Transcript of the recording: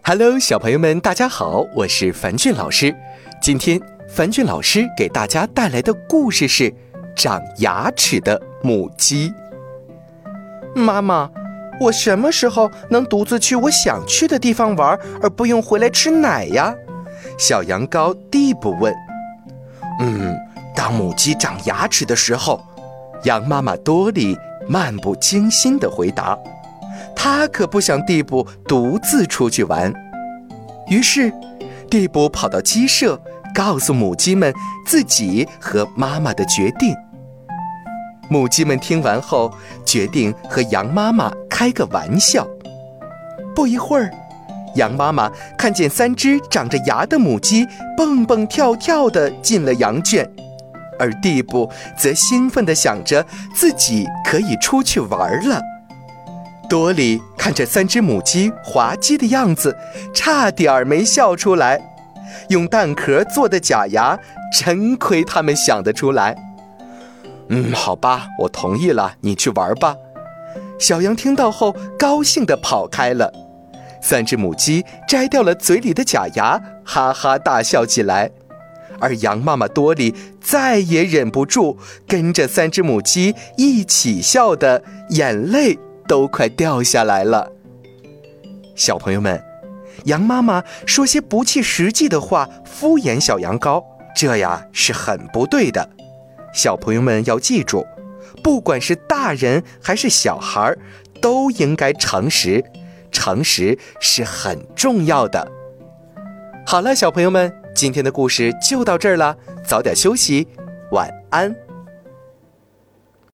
Hello， 小朋友们，大家好，我是樊俊老师。今天樊俊老师给大家带来的故事是长牙齿的母鸡。 妈妈，我什么时候能独自去我想去的地方玩，而不用回来吃奶呀？ 小羊羔地不问。当母鸡长牙齿的时候，羊妈妈多莉漫不经心地回答。他可不想地补独自出去玩，于是地补跑到鸡舍，告诉母鸡们自己和妈妈的决定。母鸡们听完后，决定和羊妈妈开个玩笑。不一会儿，羊妈妈看见3只长着牙的母鸡蹦蹦跳跳地进了羊圈，而地补则兴奋地想着自己可以出去玩了。多莉看着3只母鸡滑稽的样子，差点没笑出来。用蛋壳做的假牙，真亏他们想得出来。好吧，我同意了，你去玩吧。小羊听到后，高兴地跑开了。3只母鸡摘掉了嘴里的假牙，哈哈大笑起来。而羊妈妈多莉再也忍不住，跟着3只母鸡一起笑的眼泪都快掉下来了。小朋友们，羊妈妈说些不切实际的话敷衍小羊羔，这呀是很不对的。小朋友们要记住，不管是大人还是小孩，都应该诚实，诚实是很重要的。好了，小朋友们，今天的故事就到这儿了，早点休息，晚安。